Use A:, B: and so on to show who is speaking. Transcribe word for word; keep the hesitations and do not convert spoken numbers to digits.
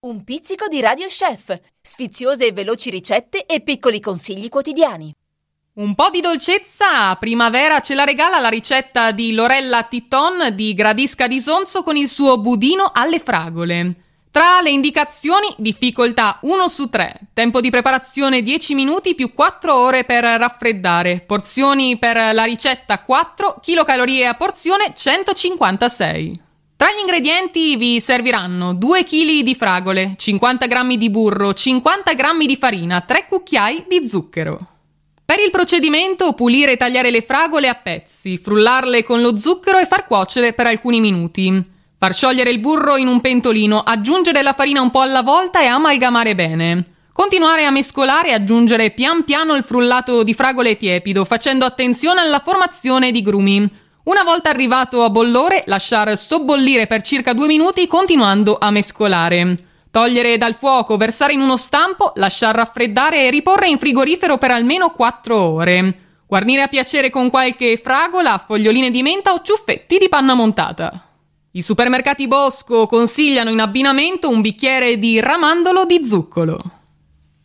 A: Un pizzico di Radio Chef, sfiziose e veloci ricette e piccoli consigli quotidiani.
B: Un po' di dolcezza a primavera ce la regala la ricetta di Lorella Titton di Gradisca di Sonzo con il suo budino alle fragole. Tra le indicazioni, difficoltà uno su tre, tempo di preparazione dieci minuti più quattro ore per raffreddare, porzioni per la ricetta quattro, chilocalorie a porzione centocinquantasei. Tra gli ingredienti vi serviranno due chili di fragole, cinquanta grammi di burro, cinquanta grammi di farina, tre cucchiai di zucchero. Per il procedimento, pulire e tagliare le fragole a pezzi, frullarle con lo zucchero e far cuocere per alcuni minuti. Far sciogliere il burro in un pentolino, aggiungere la farina un po' alla volta e amalgamare bene. Continuare a mescolare e aggiungere pian piano il frullato di fragole tiepido, facendo attenzione alla formazione di grumi. Una volta arrivato a bollore, lasciar sobbollire per circa due minuti continuando a mescolare. Togliere dal fuoco, versare in uno stampo, lasciar raffreddare e riporre in frigorifero per almeno quattro ore. Guarnire a piacere con qualche fragola, foglioline di menta o ciuffetti di panna montata. I supermercati Bosco consigliano in abbinamento un bicchiere di ramandolo di zuccolo.